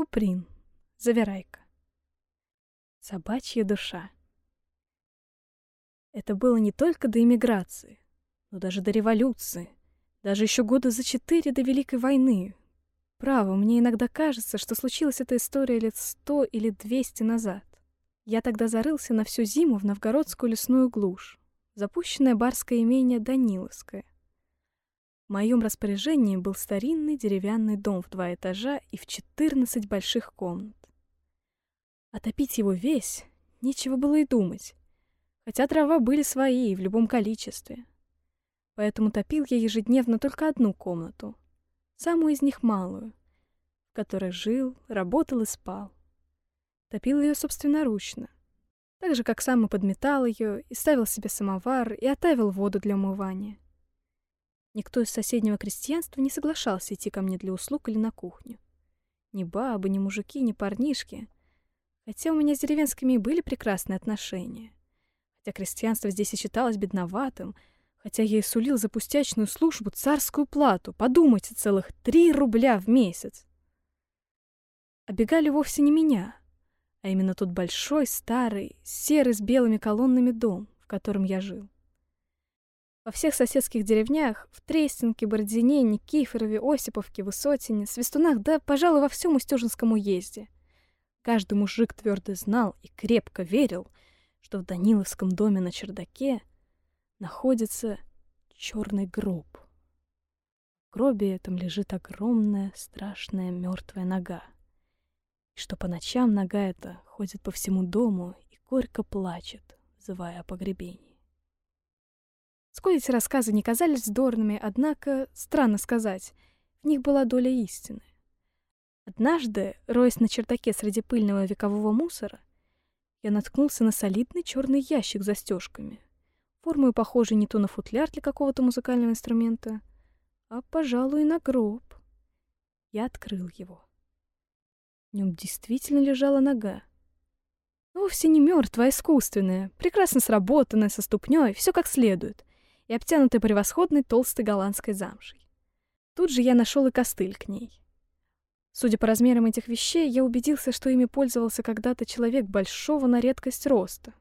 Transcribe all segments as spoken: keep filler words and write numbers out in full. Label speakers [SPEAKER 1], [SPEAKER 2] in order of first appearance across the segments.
[SPEAKER 1] Куприн. Завирайка. Собачья душа. Это было не только до эмиграции, но даже до революции, даже еще года за четыре до Великой войны. Право, мне иногда кажется, что случилась эта история лет сто или двести назад. Я тогда зарылся на всю зиму в новгородскую лесную глушь, запущенное барское имение Даниловское. В моем распоряжении был старинный деревянный дом в два этажа и в четырнадцать больших комнат. Отопить его весь нечего было и думать, хотя дрова были свои в любом количестве. Поэтому топил я ежедневно только одну комнату, самую из них малую, в которой жил, работал и спал. Топил ее собственноручно, так же, как сам и подметал ее, и ставил себе самовар, и оттавил воду для умывания. Никто из соседнего крестьянства не соглашался идти ко мне для услуг или на кухню. Ни бабы, ни мужики, ни парнишки. Хотя у меня с деревенскими и были прекрасные отношения. Хотя крестьянство здесь и считалось бедноватым, хотя я и сулил за пустячную службу царскую плату, подумайте, целых три рубля в месяц. Обегали вовсе не меня, а именно тот большой, старый, серый с белыми колоннами дом, в котором я жил. Во всех соседских деревнях, в Трестенке, Бородине, Никифорове, Осиповке, Высотине, Свистунах, да, пожалуй, во всем Устюжинском уезде, каждый мужик твердо знал и крепко верил, что в Даниловском доме на чердаке находится черный гроб. В гробе этом лежит огромная, страшная мертвая нога, и что по ночам нога эта ходит по всему дому и горько плачет, взывая о погребении. Сколь эти рассказы не казались вздорными, однако, странно сказать, в них была доля истины. Однажды, роясь на чердаке среди пыльного векового мусора, я наткнулся на солидный черный ящик с застежками, формой похожий не то на футляр для какого-то музыкального инструмента, а, пожалуй, на гроб. Я открыл его. В нем действительно лежала нога. Но вовсе не мертвая, а искусственная, прекрасно сработанная, со ступней, все как следует, и обтянутая превосходной толстой голландской замшей. Тут же я нашел и костыль к ней. Судя по размерам этих вещей, я убедился, что ими пользовался когда-то человек большого на редкость роста.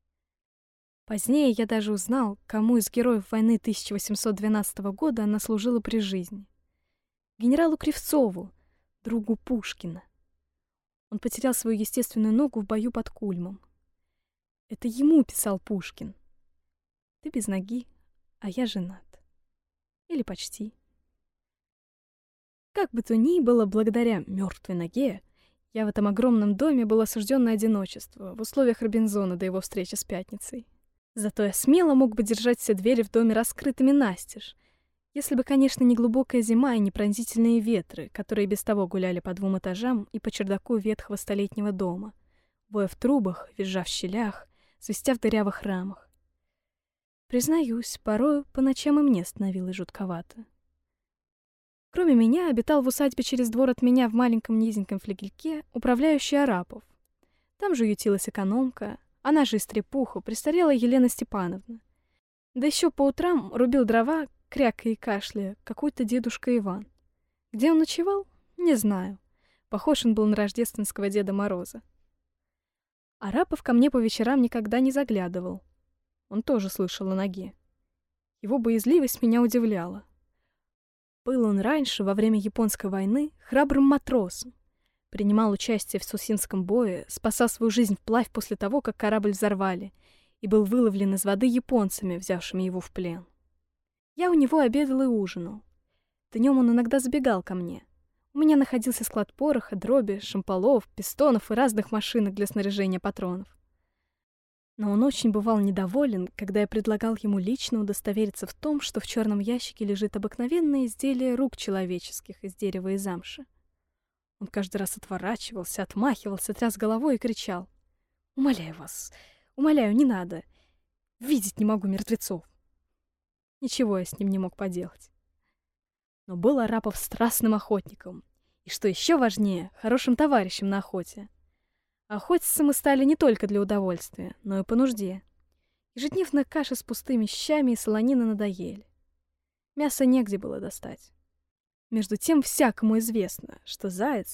[SPEAKER 1] Позднее я даже узнал, кому из героев войны тысяча восемьсот двенадцатого года она служила при жизни. Генералу Кривцову, другу Пушкина. Он потерял свою естественную ногу в бою под Кульмом. Это ему писал Пушкин: «Ты без ноги, а я женат». Или почти. Как бы то ни было, благодаря мертвой ноге я в этом огромном доме был осужден на одиночество в условиях Робинзона до его встречи с Пятницей. Зато я смело мог бы держать все двери в доме раскрытыми настежь, если бы, конечно, не глубокая зима и не пронзительные ветры, которые без того гуляли по двум этажам и по чердаку ветхого столетнего дома, воя в трубах, визжа в щелях, свистя в дырявых рамах. Признаюсь, порою по ночам и мне становилось жутковато. Кроме меня, обитал в усадьбе через двор от меня в маленьком низеньком флигельке управляющий Арапов. Там же ютилась экономка, она же истрепуха, престарелая Елена Степановна. Да еще по утрам рубил дрова, крякая и кашляя, какой-то дедушка Иван. Где он ночевал? Не знаю. Похож он был на рождественского Деда Мороза. Арапов ко мне по вечерам никогда не заглядывал. Он тоже слышал о ноге. Его боязливость меня удивляла. Был он раньше, во время Японской войны, храбрым матросом. Принимал участие в Сусинском бое, спасал свою жизнь вплавь после того, как корабль взорвали, и был выловлен из воды японцами, взявшими его в плен. Я у него обедал и ужинал. Днем он иногда забегал ко мне. У меня находился склад пороха, дроби, шамполов, пистонов и разных машинок для снаряжения патронов. Но он очень бывал недоволен, когда я предлагал ему лично удостовериться в том, что в черном ящике лежит обыкновенное изделие рук человеческих из дерева и замши. Он каждый раз отворачивался, отмахивался, тряс головой и кричал: «Умоляю вас, умоляю, не надо. Видеть не могу мертвецов». Ничего я с ним не мог поделать. Но был Арапов страстным охотником, и, что еще важнее, хорошим товарищем на охоте. Охотиться мы стали не только для удовольствия, но и по нужде. Ежедневно каши с пустыми щами и солонина надоели. Мяса негде было достать. Между тем всякому известно, что заяц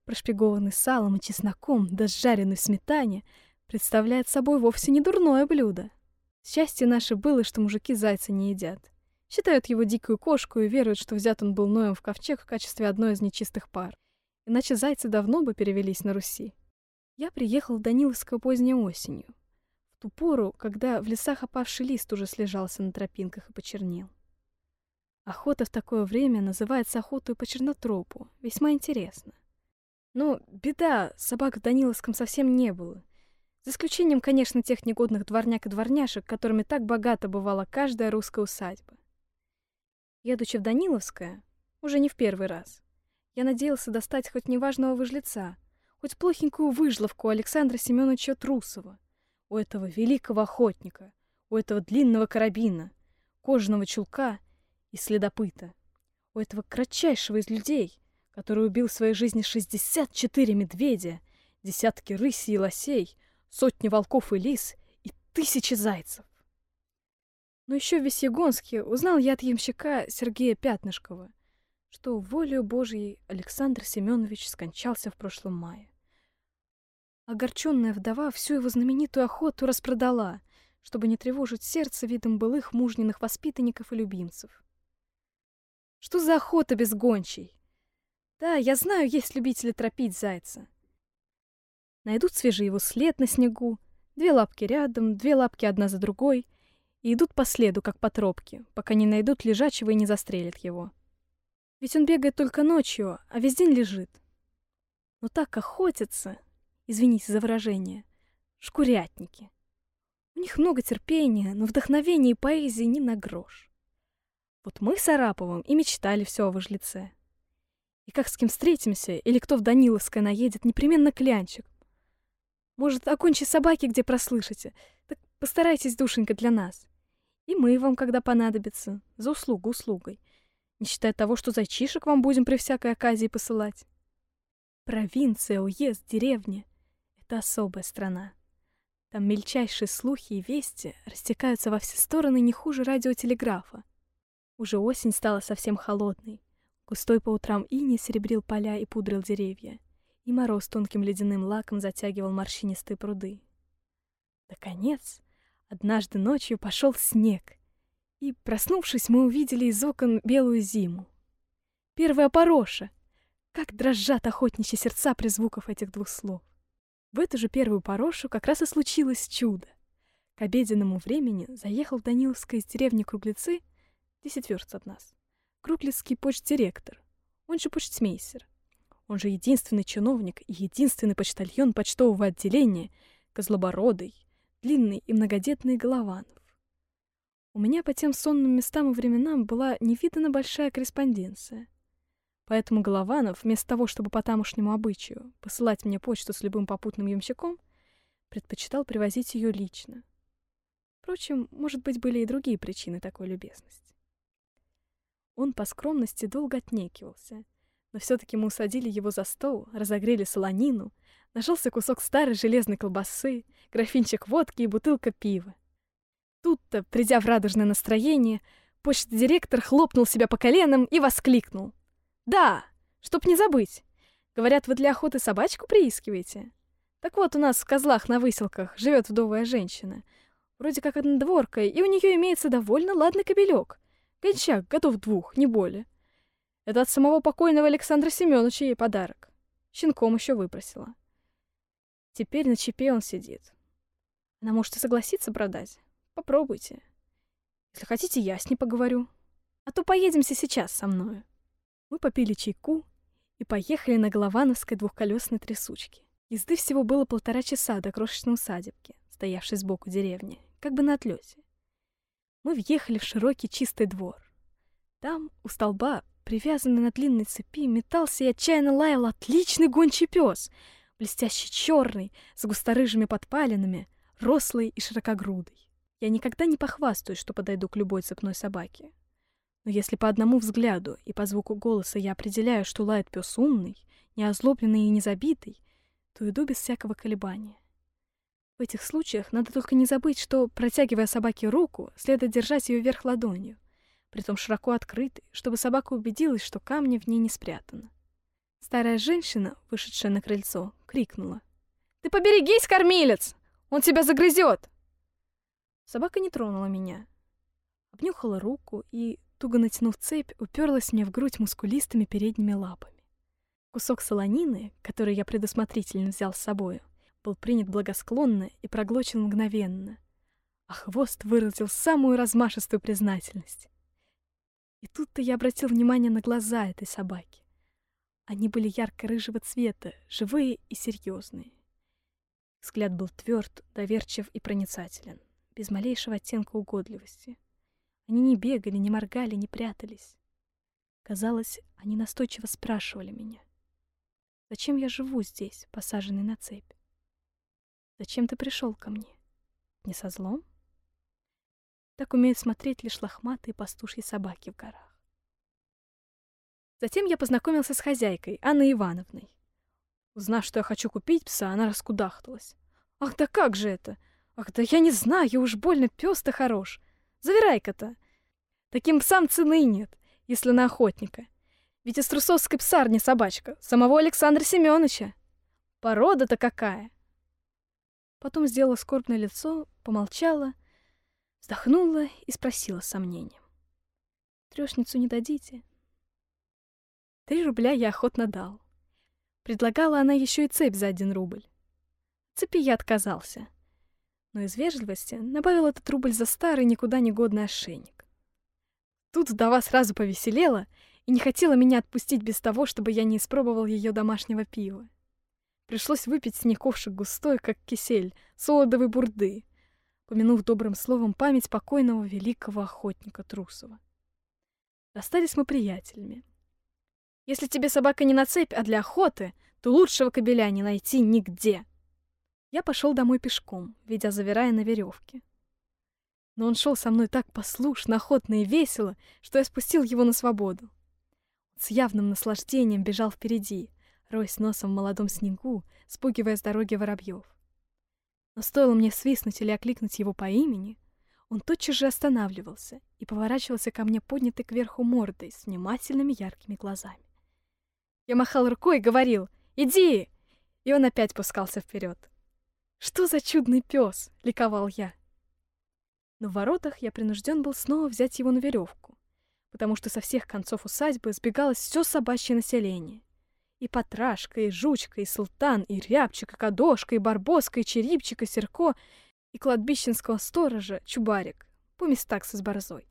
[SPEAKER 1] прошпигованный салом и чесноком, да жареный в сметане, представляет собой вовсе не дурное блюдо. Счастье наше было, что мужики зайца не едят. Считают его дикую кошку и веруют, что взят он был Ноем в ковчег в качестве одной из нечистых пар. Иначе зайцы давно бы перевелись на Руси. Я приехал в Даниловское поздней осенью, в ту пору, когда в лесах опавший лист уже слежался на тропинках и почернел. Охота в такое время называется охотой по чернотропу, весьма интересно. Но беда, собак в Даниловском совсем не было. За исключением, конечно, тех негодных дворняк и дворняшек, которыми так богата бывала каждая русская усадьба. Едучи в Даниловское, уже не в первый раз, я надеялся достать хоть неважного выжлеца, хоть плохенькую выжловку Александра Семеновича Трусова, у этого великого охотника, у этого длинного карабина, кожаного чулка и следопыта, у этого кратчайшего из людей, который убил в своей жизни шестьдесят четыре медведя, десятки рысей и лосей, сотни волков и лис и тысячи зайцев. Но еще в Весьегонске узнал я от ямщика Сергея Пятнышкова, что волею Божьей Александр Семенович скончался в прошлом мае. Огорченная вдова всю его знаменитую охоту распродала, чтобы не тревожить сердце видом былых мужниных воспитанников и любимцев. Что за охота без гончей? Да, я знаю, есть любители тропить зайца. Найдут свежий его след на снегу, две лапки рядом, две лапки одна за другой, и идут по следу, как по тропке, пока не найдут лежачего и не застрелят его. Ведь он бегает только ночью, а весь день лежит. Но так охотятся, извините за выражение, шкурятники. У них много терпения, но вдохновения и поэзии ни на грош. Вот мы с Араповым и мечтали все о выжлеце. И как с кем встретимся, или кто в Даниловское наедет, непременно клянчик. Может, о гончей собаке где прослышите, так постарайтесь, душенька, для нас. И мы вам, когда понадобится, за услугу услугой, не считая того, что зайчишек вам будем при всякой оказии посылать. Провинция, уезд, деревня — это особая страна. Там мельчайшие слухи и вести растекаются во все стороны не хуже радиотелеграфа. Уже осень стала совсем холодной. Густой по утрам иней серебрил поля и пудрил деревья, и мороз тонким ледяным лаком затягивал морщинистые пруды. Наконец, однажды ночью пошел снег, и, проснувшись, мы увидели из окон белую зиму. Первая пороша! Как дрожат охотничьи сердца при звуках этих двух слов. В эту же первую порошу как раз и случилось чудо. К обеденному времени заехал в Даниловское из деревни Круглецы, десять верст от нас, круглицкий почтдиректор, он же почтмейстер, он же единственный чиновник и единственный почтальон почтового отделения, козлобородый, длинный и многодетный Голованов. У меня по тем сонным местам и временам была невиданно большая корреспонденция. Поэтому Голованов, вместо того, чтобы по тамошнему обычаю посылать мне почту с любым попутным ямщиком, предпочитал привозить ее лично. Впрочем, может быть, были и другие причины такой любезности. Он по скромности долго отнекивался, но все-таки мы усадили его за стол, разогрели солонину, нашелся кусок старой железной колбасы, графинчик водки и бутылка пива. Тут-то, придя в радужное настроение, почтдиректор хлопнул себя по коленам и воскликнул: «Да, чтоб не забыть. Говорят, вы для охоты собачку приискиваете? Так вот, у нас в Козлах на Выселках живет вдовая женщина, вроде как однодворка, и у нее имеется довольно ладный кобелек. Гончак, годов двух, не более. Это от самого покойного Александра Семеновича ей подарок. Щенком еще выпросила. Теперь на чипе он сидит. Она может и согласиться продать. Попробуйте. Если хотите, я с ней поговорю. А то поедемте сейчас со мною». Мы попили чайку и поехали на Головановской двухколесной трясучке. Езды всего было полтора часа до крошечной усадебки, стоявшей сбоку деревни, как бы на отлете. Мы въехали в широкий чистый двор. Там, у столба, привязанный на длинной цепи, метался и отчаянно лаял отличный гончий пес, блестящий черный, с густорыжими подпалинами, рослый и широкогрудый. Я никогда не похвастаюсь, что подойду к любой цепной собаке. Но если по одному взгляду и по звуку голоса я определяю, что лает пес умный, не озлобленный и не забитый, то иду без всякого колебания. В этих случаях надо только не забыть, что, протягивая собаке руку, следует держать ее вверх ладонью, притом широко открытой, чтобы собака убедилась, что камня в ней не спрятано. Старая женщина, вышедшая на крыльцо, крикнула: «Ты поберегись, кормилец! Он тебя загрызет!» Собака не тронула меня. Обнюхала руку и, туго натянув цепь, уперлась мне в грудь мускулистыми передними лапами. Кусок солонины, который я предусмотрительно взял с собою, был принят благосклонно и проглочен мгновенно, а хвост выразил самую размашистую признательность. И тут-то я обратил внимание на глаза этой собаки. Они были ярко-рыжего цвета, живые и серьезные. Взгляд был тверд, доверчив и проницателен, без малейшего оттенка угодливости. Они не бегали, не моргали, не прятались. Казалось, они настойчиво спрашивали меня: «Зачем я живу здесь, посаженный на цепь? Зачем ты пришел ко мне? Не со злом?» Так умеют смотреть лишь лохматые пастушьи собаки в горах. Затем я познакомился с хозяйкой, Анной Ивановной. Узнав, что я хочу купить пса, она раскудахталась. «Ах, да как же это? Ах, да я не знаю, уж больно пес-то хорош. Завирай-ка-то. Таким псам цены нет, если на охотника. Ведь из трусовской псарни собачка, самого Александра Семеновича. Порода-то какая!» Потом сделала скорбное лицо, помолчала, вздохнула и спросила с сомнением: «Трёшницу не дадите?» Три рубля я охотно дал. Предлагала она еще и цепь за один рубль. Цепи я отказался, но из вежливости добавил этот рубль за старый никуда не годный ошейник. Тут вдова сразу повеселела и не хотела меня отпустить без того, чтобы я не испробовал ее домашнего пива. Пришлось выпить с ней ковшик густой, как кисель, солодовой бурды, помянув добрым словом память покойного великого охотника Трусова. Расстались мы приятелями. Если тебе собака не на цепь, а для охоты, то лучшего кобеля не найти нигде. Я пошел домой пешком, ведя Завирая на веревке. Но он шел со мной так послушно, охотно и весело, что я спустил его на свободу. Он с явным наслаждением бежал впереди, роясь носом в молодом снегу, спугивая с дороги воробьев. Но стоило мне свистнуть или окликнуть его по имени, он тотчас же останавливался и поворачивался ко мне поднятой кверху мордой с внимательными яркими глазами. Я махал рукой и говорил: «Иди!» И он опять пускался вперед. «Что за чудный пес!» — ликовал я. Но в воротах я принужден был снова взять его на веревку, потому что со всех концов усадьбы сбегалось все собачье население. И Потрашка, и Жучка, и Султан, и Рябчик, и Кадошка, и Барбоска, и Черипчик, и Серко, и кладбищенского сторожа Чубарик, поместакса с борзой.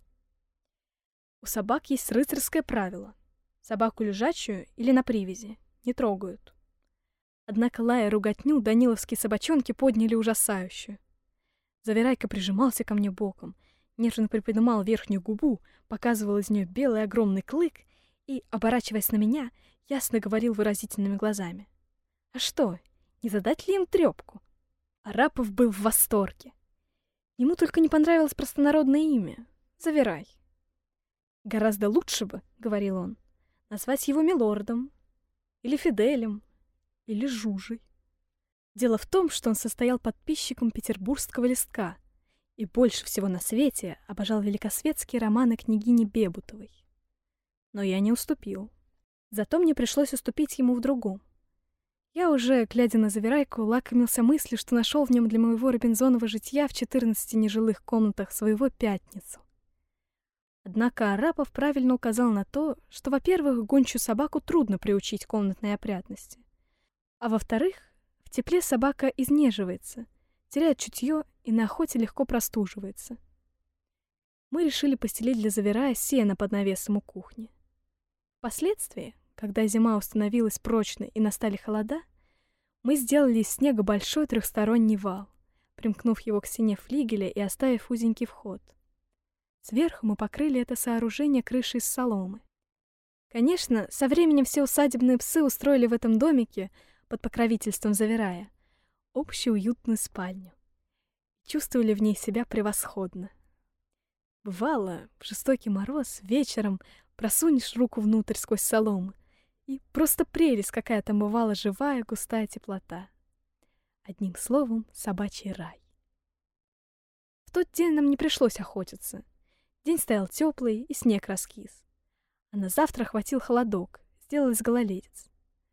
[SPEAKER 1] У собак есть рыцарское правило: собаку лежачую или на привязи не трогают. Однако лая руготню даниловские собачонки подняли ужасающую. Завирайка прижимался ко мне боком, нежно приподнимал верхнюю губу, показывал из нее белый огромный клык и, оборачиваясь на меня, ясно говорил выразительными глазами: «А что, не задать ли им трёпку?» Арапов был в восторге. Ему только не понравилось простонародное имя — Завирай. «Гораздо лучше бы, — говорил он, — назвать его Милордом, или Фиделем, или Жужей». Дело в том, что он состоял подписчиком петербургского листка и больше всего на свете обожал великосветские романы княгини Бебутовой. Но я не уступил. Зато мне пришлось уступить ему в другом. Я уже, глядя на Завирайку, лакомился мыслью, что нашел в нем для моего Робинзонова житья в четырнадцати нежилых комнатах своего Пятницу. Однако Арапов правильно указал на то, что, во-первых, гончую собаку трудно приучить к комнатной опрятности, а во-вторых, в тепле собака изнеживается, теряет чутье и на охоте легко простуживается. Мы решили постелить для Завирая сено под навесом у кухни. Впоследствии, когда зима установилась прочной и настали холода, мы сделали из снега большой трехсторонний вал, примкнув его к стене флигеля и оставив узенький вход. Сверху мы покрыли это сооружение крышей из соломы. Конечно, со временем все усадебные псы устроили в этом домике, под покровительством Завирая, общую уютную спальню. Чувствовали в ней себя превосходно. Бывало, в жестокий мороз вечером просунешь руку внутрь сквозь соломы, и просто прелесть какая там бывала, живая, густая теплота. Одним словом, собачий рай. В тот день нам не пришлось охотиться. День стоял теплый, и снег раскис. А на завтра хватил холодок, сделалось гололедец.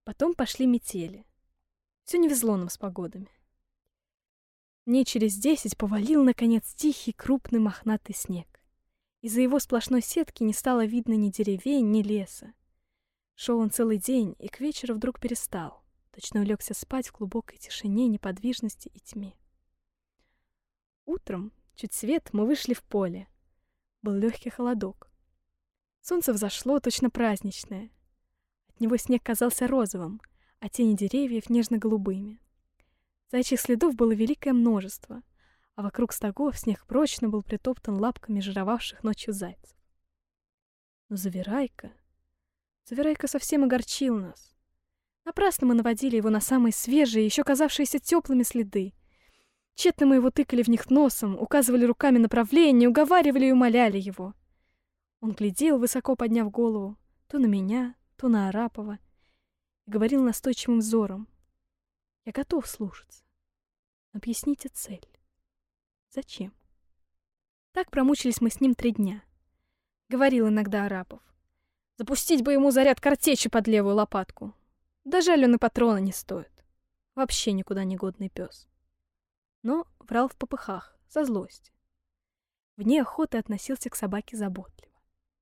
[SPEAKER 1] Потом пошли метели. Все не везло нам с погодами. Дней через десять повалил, наконец, тихий, крупный, мохнатый снег. Из-за его сплошной сетки не стало видно ни деревень, ни леса. Шел он целый день, и к вечеру вдруг перестал. Точно улегся спать в глубокой тишине, неподвижности и тьме. Утром, чуть свет, мы вышли в поле. Был легкий холодок. Солнце взошло, точно праздничное. От него снег казался розовым, а тени деревьев нежно-голубыми. Заячьих следов было великое множество, а вокруг стогов снег прочно был притоптан лапками жировавших ночью зайцев. Но Завирайка... Завирайка совсем огорчил нас. Напрасно мы наводили его на самые свежие, еще казавшиеся теплыми следы. Тщетно мы его тыкали в них носом, указывали руками направление, уговаривали и умоляли его. Он глядел, высоко подняв голову, то на меня, то на Арапова, и говорил настойчивым взором: «Я готов слушаться. Объясните цель. Зачем?» Так промучились мы с ним три дня. Говорил иногда Арапов: «Запустить бы ему заряд картечи под левую лопатку. Да жаль, он и патрона не стоит. Вообще никуда не годный пес». Но врал в попыхах, со злости. Вне охоты относился к собаке заботливо.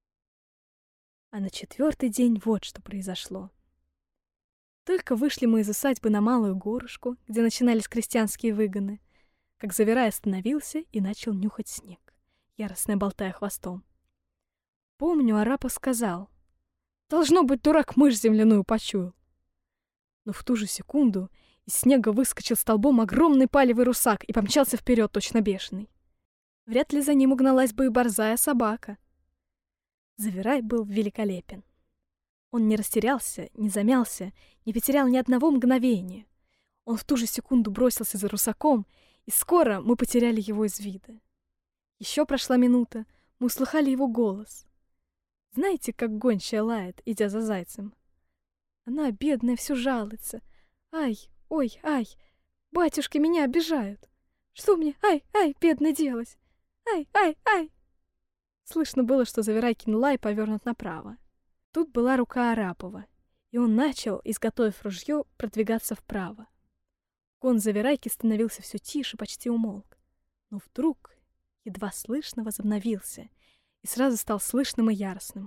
[SPEAKER 1] А на четвертый день вот что произошло. Только вышли мы из усадьбы на Малую горушку, где начинались крестьянские выгоны, как Завирай остановился и начал нюхать снег, яростно болтая хвостом. Помню, Арапов сказал: «Должно быть, дурак мышь земляную почуял». Но в ту же секунду из снега выскочил столбом огромный палевый русак и помчался вперед, точно бешеный. Вряд ли за ним угналась бы и борзая собака. Завирай был великолепен. Он не растерялся, не замялся, не потерял ни одного мгновения. Он в ту же секунду бросился за русаком, и скоро мы потеряли его из вида. Еще прошла минута, мы услыхали его голос. Знаете, как гончая лает, идя за зайцем? Она, бедная, все жалуется. «Ай, ой, ай, батюшки меня обижают. Что мне, ай, ай, бедно, делать? Ай, ай, ай!» Слышно было, что Завирайкин лай повернут направо. Тут была рука Арапова, и он начал, изготовив ружье, продвигаться вправо. Гон Завирайки становился все тише, почти умолк. Но вдруг едва слышно возобновился и сразу стал слышным и яростным.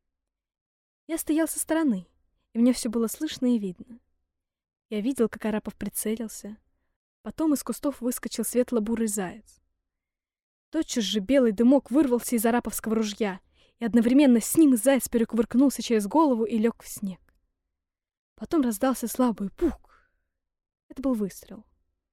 [SPEAKER 1] Я стоял со стороны, и мне все было слышно и видно. Я видел, как Арапов прицелился. Потом из кустов выскочил светло-бурый заяц. Тотчас же белый дымок вырвался из араповского ружья, и одновременно с ним заяц перекувыркнулся через голову и лег в снег. Потом раздался слабый пук. Это был выстрел.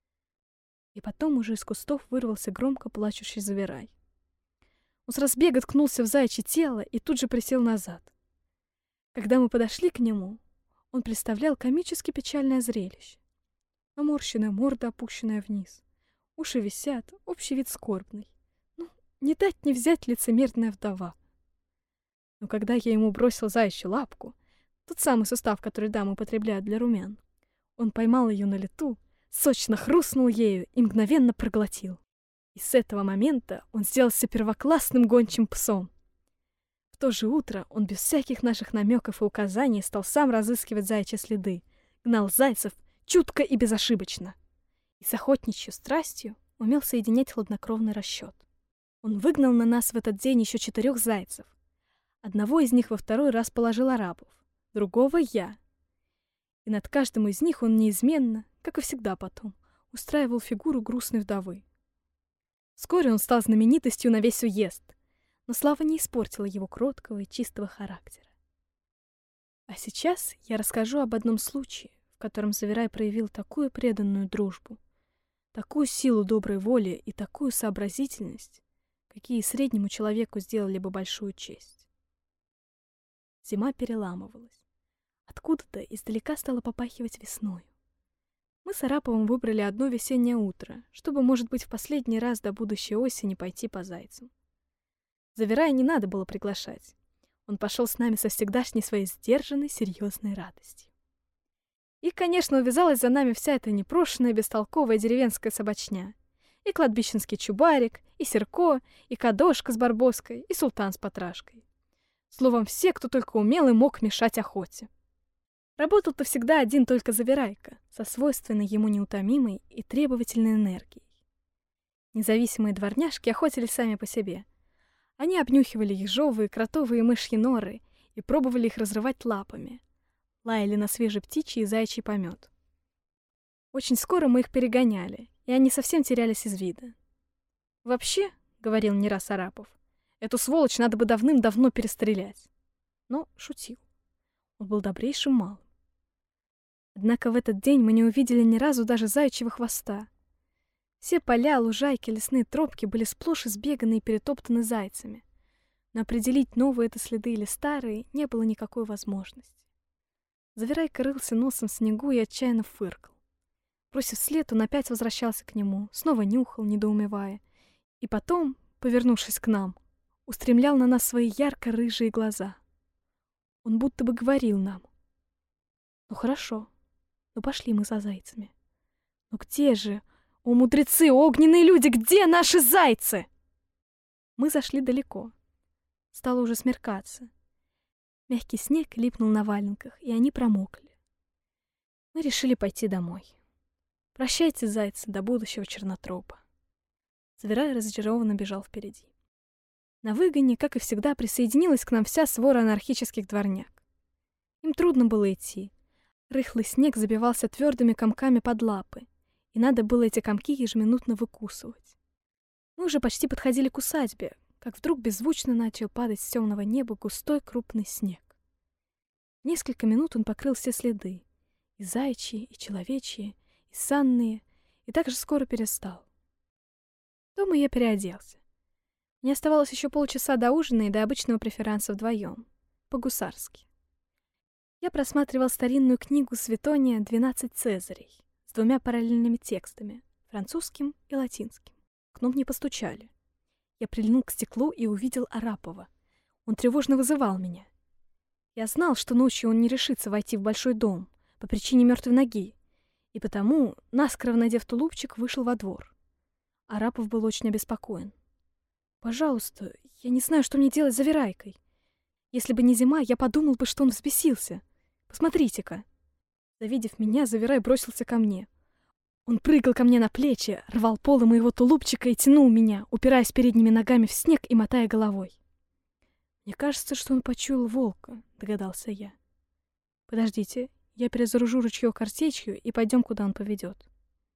[SPEAKER 1] И потом уже из кустов вырвался громко плачущий Завирай. Он с разбега ткнулся в заячье тело и тут же присел назад. Когда мы подошли к нему, он представлял комически печальное зрелище. Наморщенная морда, опущенная вниз. Уши висят, общий вид скорбный. Ну, не дать не взять лицемерная вдова. Но когда я ему бросил заячью лапку, тот самый сустав, который дамы употребляют для румян, он поймал ее на лету, сочно хрустнул ею и мгновенно проглотил. И с этого момента он сделался первоклассным гончим псом. В то же утро он без всяких наших намеков и указаний стал сам разыскивать заячьи следы, гнал зайцев чутко и безошибочно. И с охотничьей страстью умел соединять хладнокровный расчет. Он выгнал на нас в этот день еще четырех зайцев. Одного из них во второй раз положил Арапов, другого — я. И над каждым из них он неизменно, как и всегда потом, устраивал фигуру грустной вдовы. Вскоре он стал знаменитостью на весь уезд, но слава не испортила его кроткого и чистого характера. А сейчас я расскажу об одном случае, в котором Завирай проявил такую преданную дружбу, такую силу доброй воли и такую сообразительность, какие среднему человеку сделали бы большую честь. Зима переламывалась. Откуда-то издалека стало попахивать весною. Мы с Араповым выбрали одно весеннее утро, чтобы, может быть, в последний раз до будущей осени пойти по зайцам. Завирая не надо было приглашать. Он пошел с нами со всегдашней своей сдержанной, серьезной радостью. И, конечно, увязалась за нами вся эта непрошенная, бестолковая деревенская собачня. И кладбищенский чубарик, и Серко, и Кадошка с Барбоской, и Султан с Потрашкой. Словом, все, кто только умел и мог мешать охоте. Работал-то всегда один только Завирайка, со свойственной ему неутомимой и требовательной энергией. Независимые дворняжки охотились сами по себе. Они обнюхивали ежовые, кротовые и мышьи норы и пробовали их разрывать лапами. Лаяли на свежий птичий и заячий помет. Очень скоро мы их перегоняли, и они совсем терялись из вида. «Вообще, — говорил не раз Арапов, — эту сволочь надо бы давным-давно перестрелять». Но шутил. Он был добрейшим малым. Однако в этот день мы не увидели ни разу даже заячьего хвоста. Все поля, лужайки, лесные тропки были сплошь избеганы и перетоптаны зайцами. Но определить, новые это следы или старые, не было никакой возможности. Завирайка рылся носом в снегу и отчаянно фыркал. Бросив след, он опять возвращался к нему, снова нюхал, недоумевая, и потом, повернувшись к нам, устремлял на нас свои ярко-рыжие глаза. Он будто бы говорил нам: «Ну хорошо, ну пошли мы за зайцами. Ну где же, о мудрецы, огненные люди, где наши зайцы?» Мы зашли далеко. Стало уже смеркаться. Мягкий снег липнул на валенках, и они промокли. Мы решили пойти домой. Прощайте, зайцы, до будущего чернотропа. Завирай разочарованно бежал впереди. На выгоне, как и всегда, присоединилась к нам вся свора анархических дворняг. Им трудно было идти. Рыхлый снег забивался твердыми комками под лапы, и надо было эти комки ежеминутно выкусывать. Мы уже почти подходили к усадьбе, как вдруг беззвучно начал падать с темного неба густой крупный снег. Несколько минут он покрыл все следы, и заячьи, и человечьи, и санные, и так же скоро перестал. Дома я переоделся. Мне оставалось еще полчаса до ужина и до обычного преферанса вдвоем, по-гусарски. Я просматривал старинную книгу Светония «Двенадцать Цезарей» с двумя параллельными текстами, французским и латинским. В окно мне постучали. Я прильнул к стеклу и увидел Арапова. Он тревожно вызывал меня. Я знал, что ночью он не решится войти в большой дом по причине мертвой ноги, и потому, наскоро надев тулупчик, вышел во двор. Арапов был очень обеспокоен. «Пожалуйста, я не знаю, что мне делать с Завирайкой. Если бы не зима, я подумал бы, что он взбесился. Посмотрите-ка». Завидев меня, Завирай бросился ко мне. Он прыгал ко мне на плечи, рвал полы моего тулупчика и тянул меня, упираясь передними ногами в снег и мотая головой. «Мне кажется, что он почуял волка», — догадался я. «Подождите, я перезаряжу ружье картечью и пойдем, куда он поведет».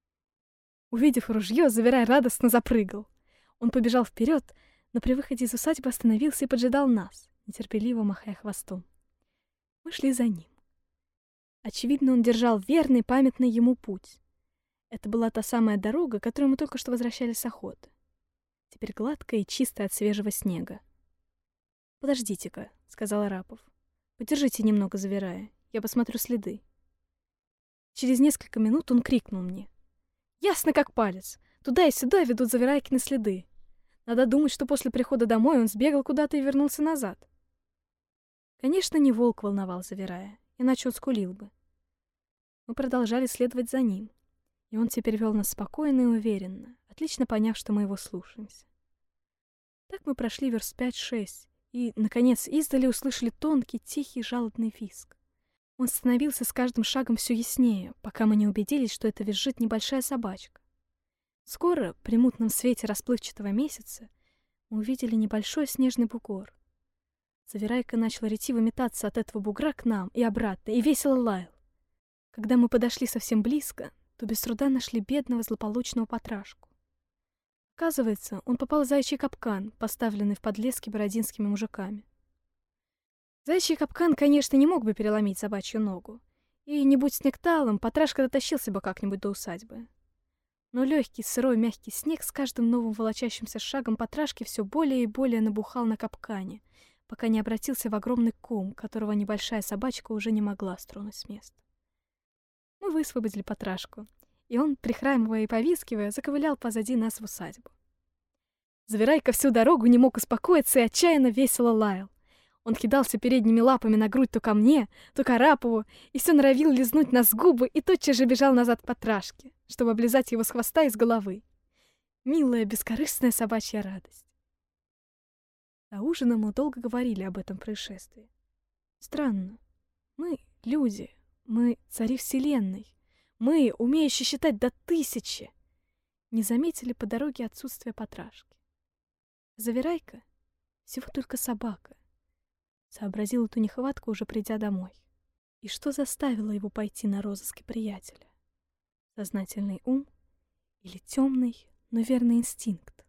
[SPEAKER 1] Увидев ружье, Завирай радостно запрыгал. Он побежал вперед, но при выходе из усадьбы остановился и поджидал нас, нетерпеливо махая хвостом. Мы шли за ним. Очевидно, он держал верный, памятный ему путь. Это была та самая дорога, которую мы только что возвращались с охоты. Теперь гладкая и чистая от свежего снега. «Подождите-ка», — сказал Арапов. «Подержите немного, Завирая, я посмотрю следы». Через несколько минут он крикнул мне: «Ясно как палец! Туда и сюда ведут Завирайкины следы. Надо думать, что после прихода домой он сбегал куда-то и вернулся назад». Конечно, не волк волновал Завирая, иначе он скулил бы. Мы продолжали следовать за ним, и он теперь вел нас спокойно и уверенно, отлично поняв, что мы его слушаемся. Так мы прошли верст пять-шесть, и, наконец, издали услышали тонкий, тихий, жалобный визг. Он становился с каждым шагом все яснее, пока мы не убедились, что это визжит небольшая собачка. Скоро, при мутном свете расплывчатого месяца, мы увидели небольшой снежный бугор. Завирайка начал ретиво метаться от этого бугра к нам и обратно, и весело лаял. Когда мы подошли совсем близко, то без труда нашли бедного злополучного потрошку. Оказывается, он попал в заячий капкан, поставленный в подлеске бородинскими мужиками. Заячий капкан, конечно, не мог бы переломить собачью ногу, и, не будь снег талым, потрошка дотащился бы как-нибудь до усадьбы. Но легкий, сырой, мягкий снег с каждым новым волочащимся шагом потрошки все более и более набухал на капкане, пока не обратился в огромный ком, которого небольшая собачка уже не могла стронуть с места. Мы высвободили потрошку, и он, прихрамывая и повискивая, заковылял позади нас в усадьбу. Завирайка всю дорогу не мог успокоиться и отчаянно весело лаял. Он кидался передними лапами на грудь то ко мне, то к Арапову, и все норовил лизнуть нас в губы и тотчас же бежал назад к потрошке, чтобы облизать его с хвоста и с головы. Милая, бескорыстная собачья радость. За ужином мы долго говорили об этом происшествии. Странно. Мы, люди, Мы цари вселенной. Мы, умеющие считать до тысячи, не заметили по дороге отсутствия потрошки. Завирайка — всего только собака. Сообразил эту нехватку, уже придя домой. И что заставило его пойти на розыски приятеля? Сознательный ум или темный, но верный инстинкт?